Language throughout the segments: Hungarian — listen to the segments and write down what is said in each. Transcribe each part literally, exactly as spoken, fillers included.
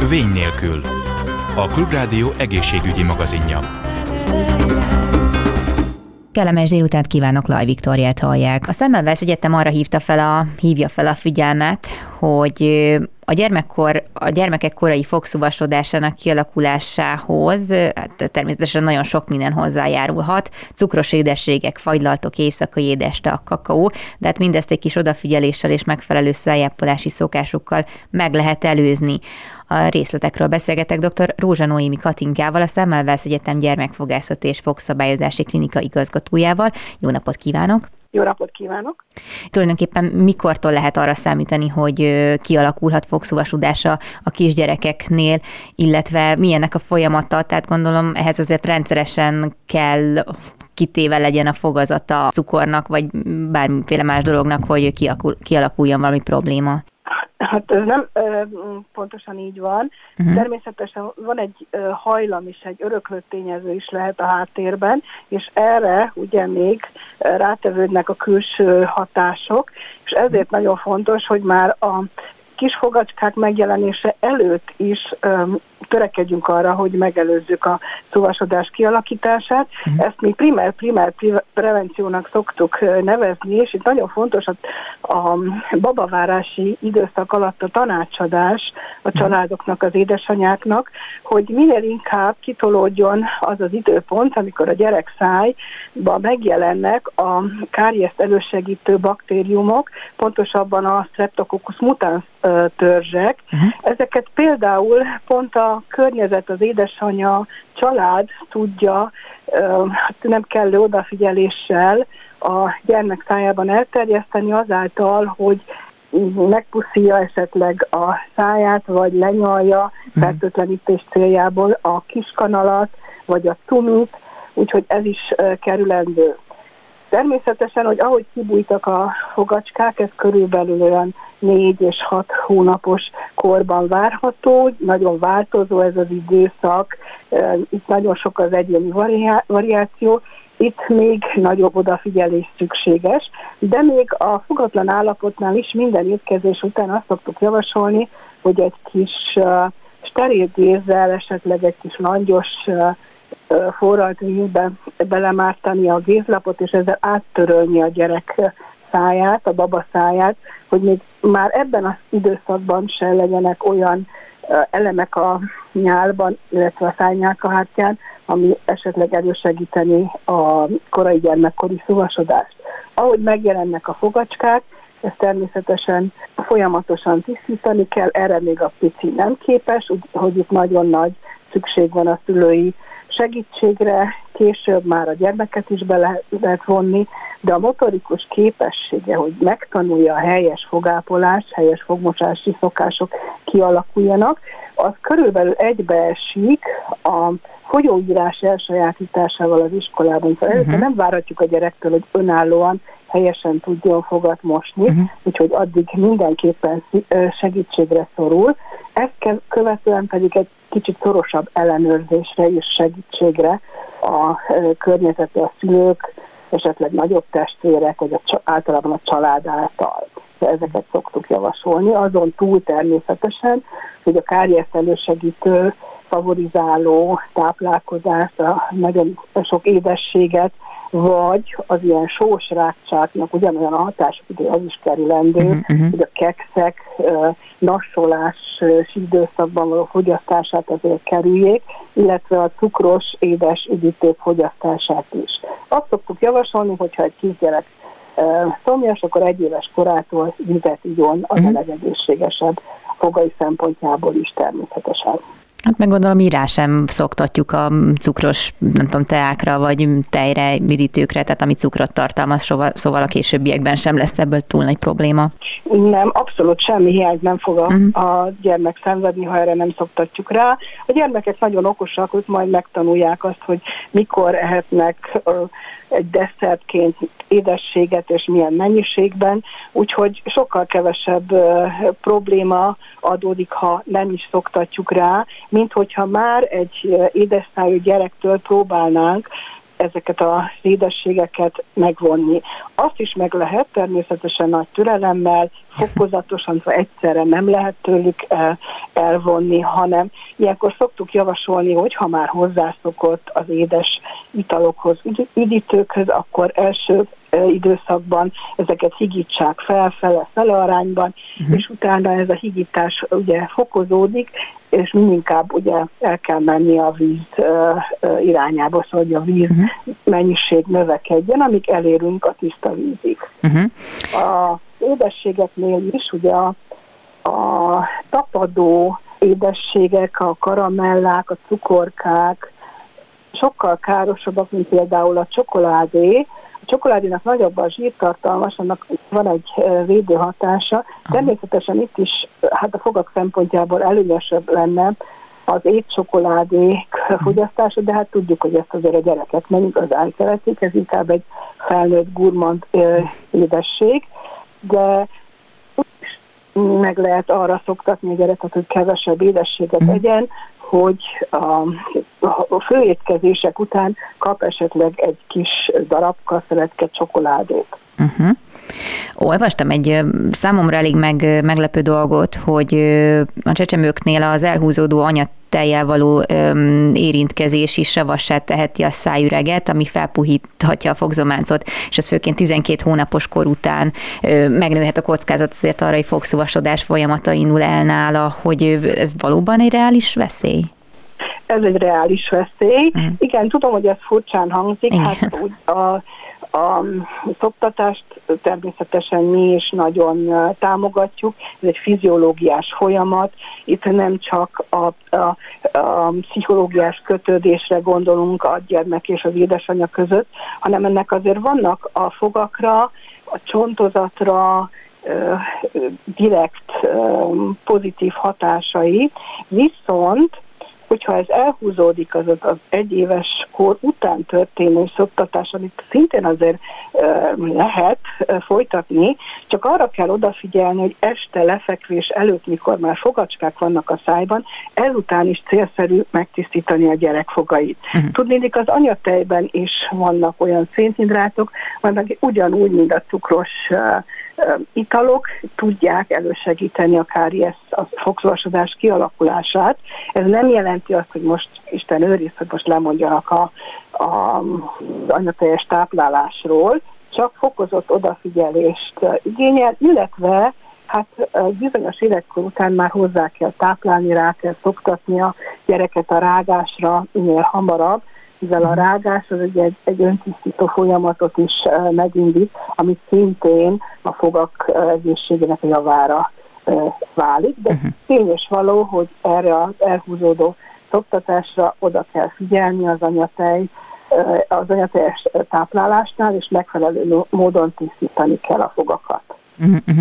Vény nélkül. A Klubrádió egészségügyi magazinja. Kellemes délutánt kívánok, Laj Viktóriát hallják. A Semmelweis Egyetem arra hívta fel a, hívja fel a figyelmet, hogy a gyermekkor, a gyermekek korai fogszúvasodásának kialakulásához hát természetesen nagyon sok minden hozzájárulhat. Cukros édességek, fagylaltok, éjszakai édestak, kakaó, de hát mindezt egy kis odafigyeléssel és megfelelő szájápolási szokásokkal meg lehet előzni. A részletekről beszélgetek dr. Rózsa Noémi Katinkával, a Semmelweis Egyetem gyermekfogászati és fogszabályozási klinika igazgatójával. Jó napot kívánok! Jó napot kívánok! Tulajdonképpen mikortól lehet arra számítani, hogy kialakulhat fogszúvasodása a kisgyerekeknél, illetve milyennek a folyamata, tehát gondolom ehhez azért rendszeresen kell kitéve legyen a fogazata a cukornak, vagy bármiféle más dolognak, hogy kialakul, kialakuljon valami probléma. Hát ez nem ö, pontosan így van. Uh-huh. Természetesen van egy ö, hajlam is, egy öröklött tényező is lehet a háttérben, és erre ugye még ö, rátevődnek a külső hatások, és ezért nagyon fontos, hogy már a kis fogacskák megjelenése előtt is öm, törekedjünk arra, hogy megelőzzük a szúvasodás kialakítását. Uh-huh. Ezt mi primer-primer prevenciónak szoktuk nevezni, és itt nagyon fontos a, a babavárási időszak alatt a tanácsadás a családoknak, az édesanyáknak, hogy minél inkább kitolódjon az az időpont, amikor a gyerek szájba megjelennek a kárieszt elősegítő baktériumok, pontosabban a Streptococcus mutans törzsek. Uh-huh. Ezeket például pont a környezet, az édesanyja, család tudja hát nem kellő odafigyeléssel a gyermek szájában elterjeszteni azáltal, hogy megpuszilja esetleg a száját, vagy lenyalja fertőtlenítés céljából a kiskanalat, vagy a cumit, úgyhogy ez is kerülendő. Természetesen, hogy ahogy kibújtak a fogacskák, ez körülbelül olyan négy és hat hónapos korban várható, nagyon változó ez az időszak, itt nagyon sok az egyéni variá- variáció, itt még nagyobb odafigyelés szükséges, de még a fogatlan állapotnál is minden étkezés után azt szoktuk javasolni, hogy egy kis uh, steril gézzel, esetleg egy kis langyos uh, forralt vízbe belemártani a gézlapot, és ezzel áttörölni a gyerek száját, a baba száját, hogy még már ebben az időszakban se legyenek olyan elemek a nyálban, illetve a szájnyálkahártyán, ami esetleg elősegíteni a korai gyermekkori szúvasodást. Ahogy megjelennek a fogacskák, ezt természetesen folyamatosan tisztítani kell, erre még a pici nem képes, hogy itt nagyon nagy szükség van a szülői segítségre, később már a gyermeket is be lehet vonni, de a motorikus képessége, hogy megtanulja a helyes fogápolást, helyes fogmosási szokások kialakuljanak, az körülbelül egybeesik a folyóírás elsajátításával az iskolában. Szóval uh-huh. előtte nem várhatjuk a gyerektől, hogy önállóan helyesen tudjon fogat mosni, uh-huh. úgyhogy addig mindenképpen segítségre szorul. Ezt követően pedig egy kicsit szorosabb ellenőrzésre és segítségre a környezeti, a szülők, esetleg nagyobb testvérek, vagy a, általában a család által. De ezeket szoktuk javasolni. Azon túl természetesen, hogy a kárieszt elősegítő, favorizáló táplálkozást, a nagyon sok édességet, vagy az ilyen sós rákcsáknak ugyanolyan a hatások, ugye az is kerülendő, uh-huh. hogy a kekszek uh, nassolás időszakban való fogyasztását azért kerüljék, illetve a cukros, édes üdítők fogyasztását is. Azt szoktuk javasolni, hogyha egy kisgyerek uh, szomjas, akkor egy éves korától vizet igyon, az uh-huh. a legegészségesebb fogai szempontjából is természetesen. Hát meg gondolom, így rá sem szoktatjuk a cukros, nem tudom, teákra, vagy tejre, üdítőkre, tehát ami cukrot tartalmaz, szóval a későbbiekben sem lesz ebből túl nagy probléma. Nem, abszolút semmi hiányt nem fog a, uh-huh. a gyermek szenvedni, ha erre nem szoktatjuk rá. A gyermekek nagyon okosak, ők majd megtanulják azt, hogy mikor ehetnek uh, egy desszertként édességet, és milyen mennyiségben, úgyhogy sokkal kevesebb uh, probléma adódik, ha nem is szoktatjuk rá, mint hogyha már egy édesszájú gyerektől próbálnánk ezeket az édességeket megvonni. Azt is meg lehet természetesen nagy türelemmel, fokozatosan, szóval egyszerre nem lehet tőlük el, elvonni, hanem ilyenkor szoktuk javasolni, hogy ha már hozzászokott az édes italokhoz, üd- üdítőkhöz, akkor első időszakban ezeket higítsák fel, fele arányban, uh-huh. és utána ez a higítás ugye fokozódik, és mindinkább ugye el kell menni a víz uh, irányába, szóval hogy a víz uh-huh. mennyiség növekedjen, amíg elérünk a tiszta vízig. Uh-huh. A édességeknél is ugye a, a tapadó édességek, a karamellák, a cukorkák sokkal károsabbak, mint például a csokoládé. A csokoládénak nagyobb a zsírtartalmas, annak van egy védőhatása. Természetesen itt is hát a fogak szempontjából előnyösebb lenne az étcsokoládék fogyasztása, de hát tudjuk, hogy ezt azért a gyerekek nem igazán szeretik, ez inkább egy felnőtt gurmand édesség, de meg lehet arra szoktatni a gyereket, hogy kevesebb édességet egyen, hogy a, a főétkezések után kap esetleg egy kis darabka, szeletke csokoládét. Uh-huh. Olvastam egy számomra elég meg, meglepő dolgot, hogy a csecsemőknél az elhúzódó anyatejjel való öm, érintkezés is savassá teheti a szájüreget, ami felpuhíthatja a fogzománcot, és ez főként tizenkét hónapos kor után ö, megnőhet a kockázat azért arra, hogy fogszuvasodás folyamata indul el nála, hogy ez valóban egy reális veszély? Ez egy reális veszély. Mm. Igen, tudom, hogy ez furcsán hangzik, igen. Hát úgy a A szoptatást természetesen mi is nagyon támogatjuk, ez egy fiziológiás folyamat, itt nem csak a, a, a pszichológiás kötődésre gondolunk a gyermek és az édesanyja között, hanem ennek azért vannak a fogakra, a csontozatra direkt pozitív hatásai, viszont hogyha ez elhúzódik az, az egyéves kor után történő szoptatás, amit szintén azért uh, lehet uh, folytatni, csak arra kell odafigyelni, hogy este lefekvés előtt, mikor már fogacskák vannak a szájban, ezután is célszerű megtisztítani a gyerek fogait. Uh-huh. Tudnék, az anyatejben is vannak olyan szénhidrátok, amelyek ugyanúgy, mint a cukros uh, italok tudják elősegíteni a káries, a fogszuvasodás kialakulását. Ez nem jelenti azt, hogy most Isten őriz, hogy most lemondjanak a, a, az anyatejes táplálásról, csak fokozott odafigyelést igényel, illetve hát bizonyos életkor után már hozzá kell táplálni, rá kell szoktatni a gyereket a rágásra minél hamarabb, mivel a rágás az egy, egy öntisztító folyamatot is uh, megindít, amit szintén a fogak uh, egészségének a javára uh, válik, de uh-huh. tény és való, hogy erre az elhúzódó szoktatásra oda kell figyelni az anyatej, uh, az anyatejes táplálásnál, és megfelelő módon tisztítani kell a fogakat. Uh-huh.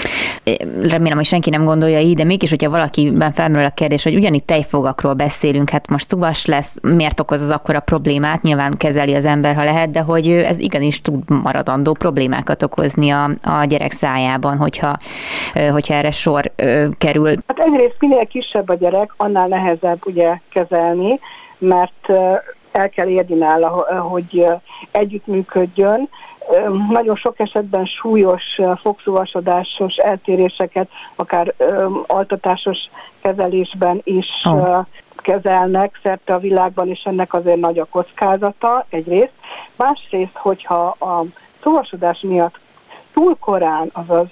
Remélem, hogy senki nem gondolja így, de mégis, hogyha valakiben felmerül a kérdés, hogy ugyanitt tejfogakról beszélünk, hát most szuvas lesz, miért okoz az akkora problémát, nyilván kezeli az ember, ha lehet, de hogy ez igenis tud maradandó problémákat okozni a, a gyerek szájában, hogyha, hogyha erre sor kerül. Hát egyrészt minél kisebb a gyerek, annál nehezebb ugye kezelni, mert el kell érni nála, hogy együttműködjön. Nagyon sok esetben súlyos fogszúvasodásos eltéréseket, akár altatásos kezelésben is oh. kezelnek szerte a világban, és ennek azért nagy a kockázata egyrészt. Másrészt, hogyha a szúvasodás miatt túl korán, azaz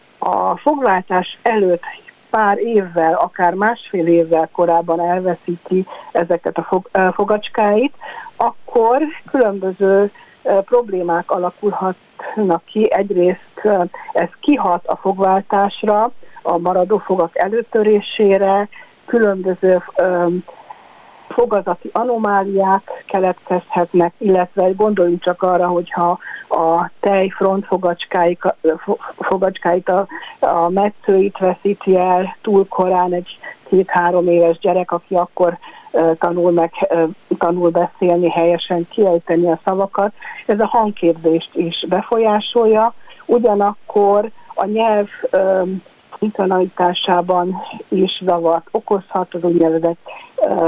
a fogváltás előtt pár évvel, akár másfél évvel korábban elveszíti ezeket a fog, fogacskáit, akkor különböző problémák alakulhatnak ki. Egyrészt ez kihat a fogváltásra, a maradó fogak előtörésére, különböző fogazati anomáliák keletkezhetnek, illetve gondoljunk csak arra, hogyha a tej frontfogacskáit, fogacskáit, a, a metszőit veszíti el túl korán egy két-három éves gyerek, aki akkor uh, tanul meg, uh, tanul beszélni, helyesen kiejteni a szavakat. Ez a hangképzést is befolyásolja, ugyanakkor a nyelv um, internalitásában is zavart okozhat, az úgynevezett um,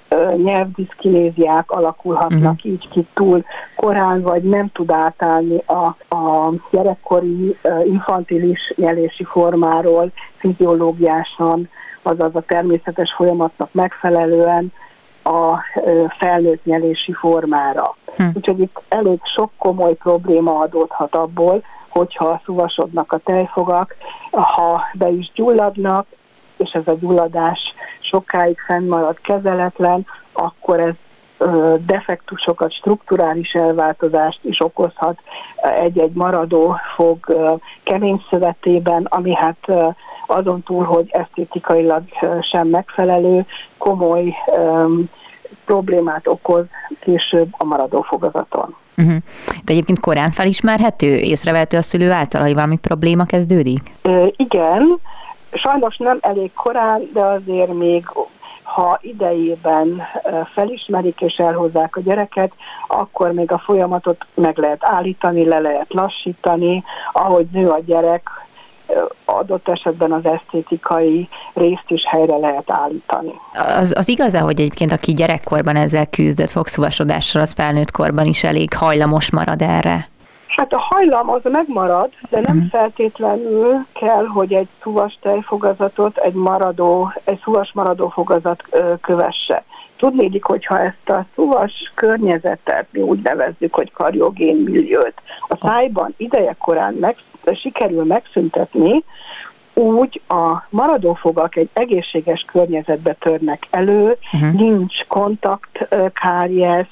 nyelvdiszkinéziák alakulhatnak uh-huh. így ki túl korán, vagy nem tud átállni a, a gyerekkori infantilis nyelési formáról fiziológiásan, azaz a természetes folyamatnak megfelelően a felnőtt nyelési formára. Hm. Úgyhogy itt elég sok komoly probléma adódhat abból, hogyha szuvasodnak a tejfogak, ha be is gyulladnak, és ez a gyulladás sokáig fennmarad kezeletlen, akkor ez defektusokat, strukturális elváltozást is okozhat egy-egy maradó fog kemény szövetében, ami hát azon túl, hogy esztétikailag sem megfelelő, komoly um, problémát okoz később a maradó fogazaton. Uh-huh. De egyébként korán felismerhető, észrevehető a szülő által, hogy valami probléma kezdődik? Uh, igen, sajnos nem elég korán, de azért még ha idejében felismerik és elhozzák a gyereket, akkor még a folyamatot meg lehet állítani, le lehet lassítani, ahogy nő a gyerek, adott esetben az esztétikai részt is helyre lehet állítani. Az, az igaz-e, hogy egyébként aki gyerekkorban ezzel küzdött fogszúvasodással, az felnőtt korban is elég hajlamos marad erre? Hát a hajlam az megmarad, de nem uh-huh. feltétlenül kell, hogy egy szúvas tejfogazatot egy maradó, egy szúvas maradó fogazat kövesse. Tudnélik, hogyha ezt a szúvas környezetet, mi úgy nevezzük, hogy kariogén milliót, a szájban idejekorán meg, sikerül megszüntetni, úgy a maradófogak egy egészséges környezetbe törnek elő, uh-huh. nincs kontakt, káries,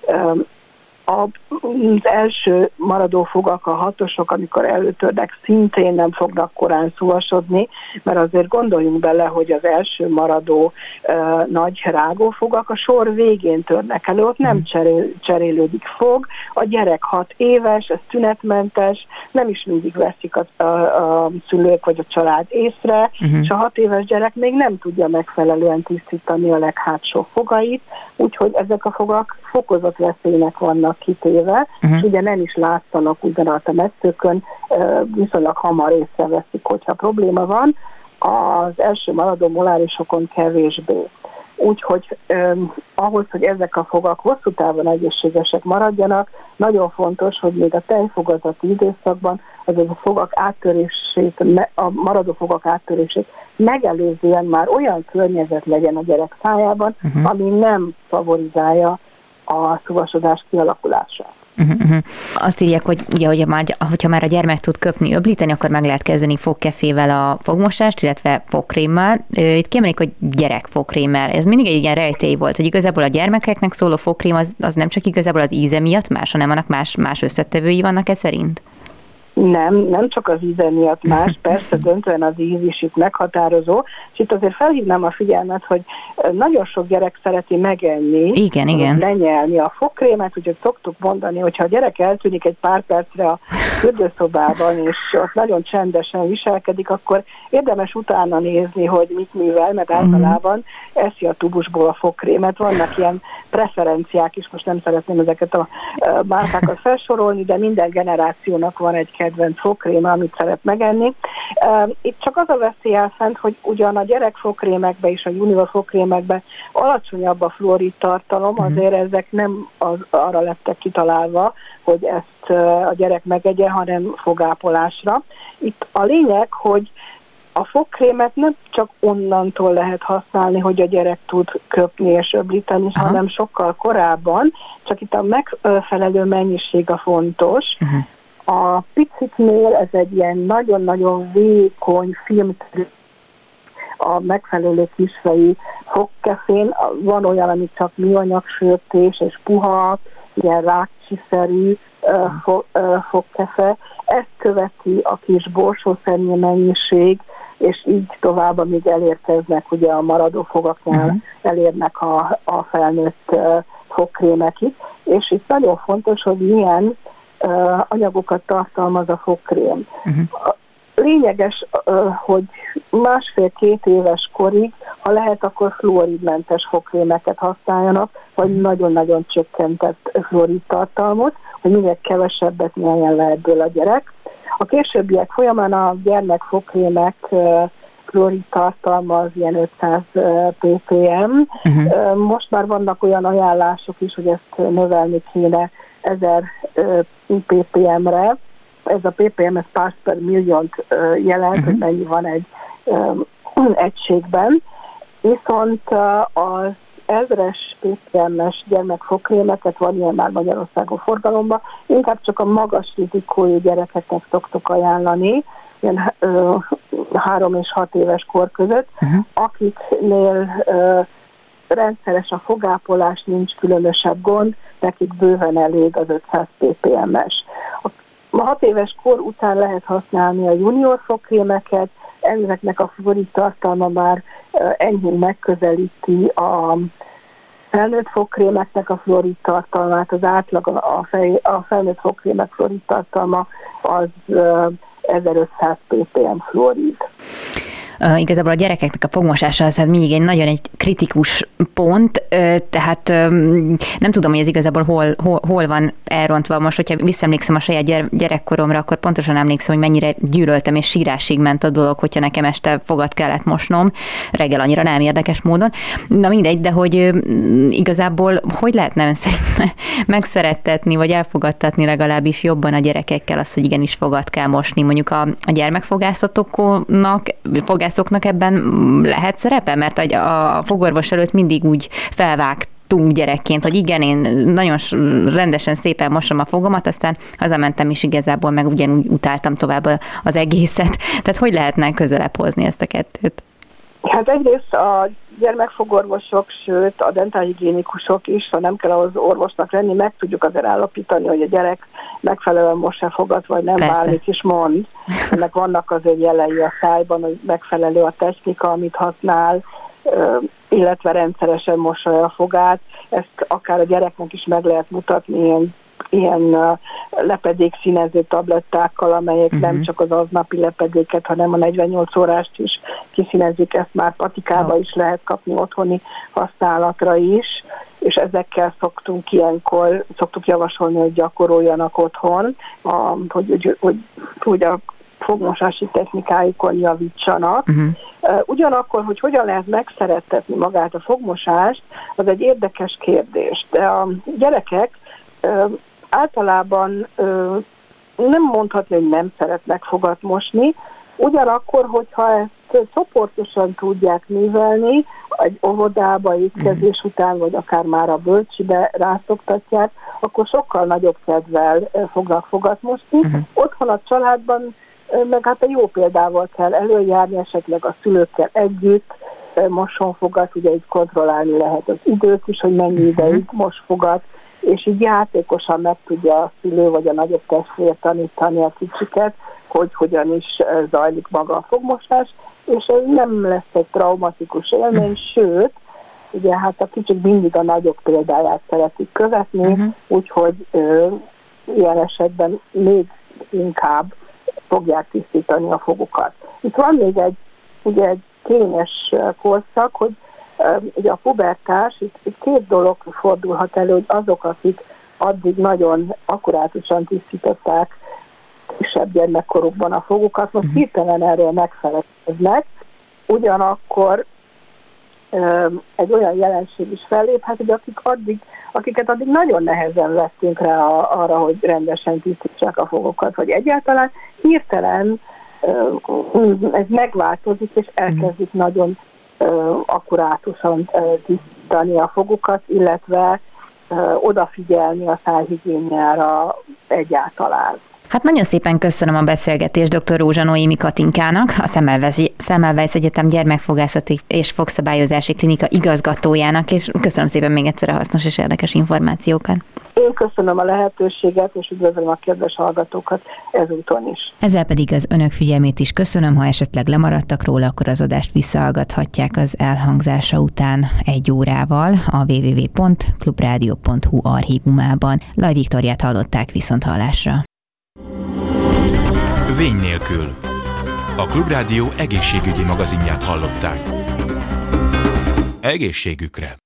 az első maradófogak, a hatosok, amikor előtörnek, szintén nem fognak korán szúvasodni, mert azért gondoljunk bele, hogy az első maradó uh, nagy rágófogak a sor végén törnek elő, ott nem cserél, cserélődik fog, a gyerek hat éves, ez tünetmentes, nem is mindig veszik a, a, a szülők vagy a család észre, uh-huh. és a hat éves gyerek még nem tudja megfelelően tisztítani a leghátsó fogait, úgyhogy ezek a fogak fokozott veszélynek vannak kitéve, uh-huh. és ugye nem is látszanak ugyanaz a metszőkön, viszonylag hamar észreveszik, hogyha probléma van, az első maradó molárisokon kevésbé. Úgyhogy eh, ahhoz, hogy ezek a fogak hosszú távon egészségesek maradjanak, nagyon fontos, hogy még a tejfogazati időszakban azaz a fogak áttörését, a maradó fogak áttörését megelőzően már olyan környezet legyen a gyerek szájában, uh-huh. ami nem favorizálja a szúvasodás kialakulását. Uh-huh. Azt írják, hogy ugye, hogy már, hogyha már a gyermek tud köpni, öblíteni, akkor meg lehet kezdeni fogkefével a fogmosást, illetve fogkrémmel. Itt kiemelik, hogy gyerek fogkrémmel. Ez mindig egy ilyen rejtély volt, hogy igazából a gyermekeknek szóló fogkrém az, az nem csak igazából az íze miatt más, hanem annak más, más összetevői vannak-e szerint? Nem, nem csak az íze miatt más, persze döntően az íz is itt meghatározó, és itt azért felhívnám a figyelmet, hogy nagyon sok gyerek szereti megenni, igen, igen. lenyelni a fogkrémet, úgyhogy szoktuk mondani, hogyha a gyerek eltűnik egy pár percre a fürdőszobában, és ott nagyon csendesen viselkedik, akkor érdemes utána nézni, hogy mit művel, mert általában eszi a tubusból a fogkrémet. Vannak ilyen preferenciák is, most nem szeretném ezeket a márkákat felsorolni, de minden generációnak van egy kedvenc fogkréme, amit szeret megenni. Itt csak az a veszély áll fent, hogy ugyan a gyerek fogkrémekbe és a junior fogkrémekbe alacsonyabb a fluorid tartalom, azért ezek nem az, arra lettek kitalálva, hogy ezt a gyerek megegye, hanem fogápolásra. Itt a lényeg, hogy a fogkrémet nem csak onnantól lehet használni, hogy a gyerek tud köpni és öblíteni, aha. hanem sokkal korábban, csak itt a megfelelő mennyiség a fontos. Uh-huh. A piciknél ez egy ilyen nagyon-nagyon vékony filmszerű, a megfelelő kisfejű fogkefén, van olyan, ami csak műanyagsörtés és puha, ilyen rákcsiszerű uh, fog, uh, fogkefe. Ezt követi a kis borsószerű mennyiség, és így tovább, amíg elérkeznek, ugye a maradó fogaknál uh-huh. elérnek a, a felnőtt uh, fogkrémekig. És itt nagyon fontos, hogy milyen uh, anyagokat tartalmaz a fogkrém. Uh-huh. Lényeges, uh, hogy másfél-két éves korig, ha lehet, akkor fluoridmentes fogkrémeket használjanak, vagy nagyon-nagyon csökkentett fluorid tartalmot, hogy minél kevesebbet nyeljen le ebből a gyerek. A későbbiek folyamán a gyermek fogkrémek fluorid tartalma az ilyen ötszáz ppm. Uh-huh. Most már vannak olyan ajánlások is, hogy ezt növelni kéne ezer ppm-re. Ez a ppm, ez parts per milliót jelent, uh-huh. hogy mennyi van egy um, egységben. Viszont az ezres ppm-es gyermekfogkrémeket, van ilyen már Magyarországon forgalomban, inkább csak a magas rizikójú gyerekeknek szoktuk ajánlani, ilyen ö, három és hat éves kor között, uh-huh. akiknél ö, rendszeres a fogápolás, nincs különösebb gond, nekik bőven elég az ötszáz ppm-es. A hat éves kor után lehet használni a junior fogkrémeket, ezeknek a fluorid tartalma már enyhén megközelíti a felnőtt fogkrémeknek a fluorid tartalmát, az átlag a, fej, a felnőtt fogkrémek fluorid tartalma az ezerötszáz ppm fluorid. Uh, igazából a gyerekeknek a fogmosása az hát mindig egy nagyon egy kritikus pont, uh, tehát um, nem tudom, hogy ez igazából hol, hol, hol van elrontva. Most, hogyha visszaemlékszem a saját gyere, gyerekkoromra, akkor pontosan emlékszem, hogy mennyire gyűlöltem, és sírásig ment a dolog, hogyha nekem este fogat kellett mosnom, reggel annyira nem érdekes módon. Na mindegy, de hogy uh, igazából hogy lehetne ön szerint megszerettetni, vagy elfogadtatni legalábbis jobban a gyerekekkel azt, hogy igenis fogat kell mosni, mondjuk a, a gyermekfogászatoknak, fogászoknak ebben lehet szerepe? Mert a fogorvos előtt mindig úgy felvágtunk gyerekként, hogy igen, én nagyon rendesen szépen mosom a fogamat, aztán hazamentem is igazából, meg ugyanúgy utáltam tovább az egészet. Tehát hogy lehetne közelebb hozni ezt a kettőt? Hát egyrészt a gyermekfogorvosok, sőt a dentálhigiénikusok is, ha nem kell ahhoz orvosnak lenni, meg tudjuk azért állapítani, hogy a gyerek megfelelően mos-e fogat, vagy nem, bármit is mond. Ennek vannak azért jelei a szájban, hogy megfelelő a technika, amit használ, illetve rendszeresen mossa a fogát. Ezt akár a gyereknek is meg lehet mutatni ilyen, ilyen lepedékszínező tablettákkal, amelyek uh-huh. nem csak az aznapi lepedéket, hanem a negyvennyolc órást is kiszínezik, ezt már patikába oh. is lehet kapni otthoni használatra is, és ezekkel szoktunk ilyenkor, szoktuk javasolni, hogy gyakoroljanak otthon, a, hogy, hogy, hogy, hogy a fogmosási technikáikon javítsanak. Uh-huh. Ugyanakkor, hogy hogyan lehet megszerettetni magát a fogmosást, az egy érdekes kérdés. De a gyerekek általában nem mondhatni, hogy nem szeretnek fogat mosni, ugyanakkor, hogyha ezt csoportosan tudják művelni, egy óvodába étkezés mm. után, vagy akár már a bölcsibe rászoktatják, akkor sokkal nagyobb kedvel fognak fogat mosni. Mm. Otthon a családban meg hát a jó példával kell előjárni, esetleg a szülőkkel együtt mosson fogat, ugye így kontrollálni lehet az időt is, hogy mennyi mm. ideig mos fogat, és így játékosan meg tudja a szülő vagy a nagyobb testvér tanítani a kicsiket, hogy hogyan is zajlik maga a fogmosás, és ez nem lesz egy traumatikus élmény, sőt, ugye hát a kicsik mindig a nagyobb példáját szeretik követni, uh-huh. úgyhogy ö, ilyen esetben még inkább fogják tisztítani a fogukat. Itt van még egy, ugye egy kényes korszak, hogy ugye a pubertás, itt, itt két dolog fordulhat elő, hogy azok, akik addig nagyon akkurátusan tisztították kisebb gyermekkorukban a fogukat, most uh-huh. hirtelen erről megfelelkeznek, ugyanakkor um, egy olyan jelenség is felléphet, hogy akik addig, akiket addig nagyon nehezen vettünk rá a, arra, hogy rendesen tisztítsák a fogukat, vagy egyáltalán hirtelen um, ez megváltozik, és elkezdik uh-huh. nagyon uh, akkurátusan uh, tisztítani a fogukat, illetve uh, odafigyelni a szájhigiéniára egyáltalán. Hát nagyon szépen köszönöm a beszélgetést dr. Rózsa Noémi Katinkának, a Semmelweis Egyetem gyermekfogászati és fogszabályozási klinika igazgatójának, és köszönöm szépen még egyszer a hasznos és érdekes információkat. Én köszönöm a lehetőséget, és üdvözlöm a kedves hallgatókat ezúton is. Ezzel pedig az önök figyelmét is köszönöm, ha esetleg lemaradtak róla, akkor az adást visszahallgathatják az elhangzása után egy órával a double-u double-u double-u pont klubrádió pont hu archívumában. Laj Viktóriát hallották, viszont hallásra. Vény nélkül. A Klubrádió egészségügyi magazinját hallották. Egészségükre!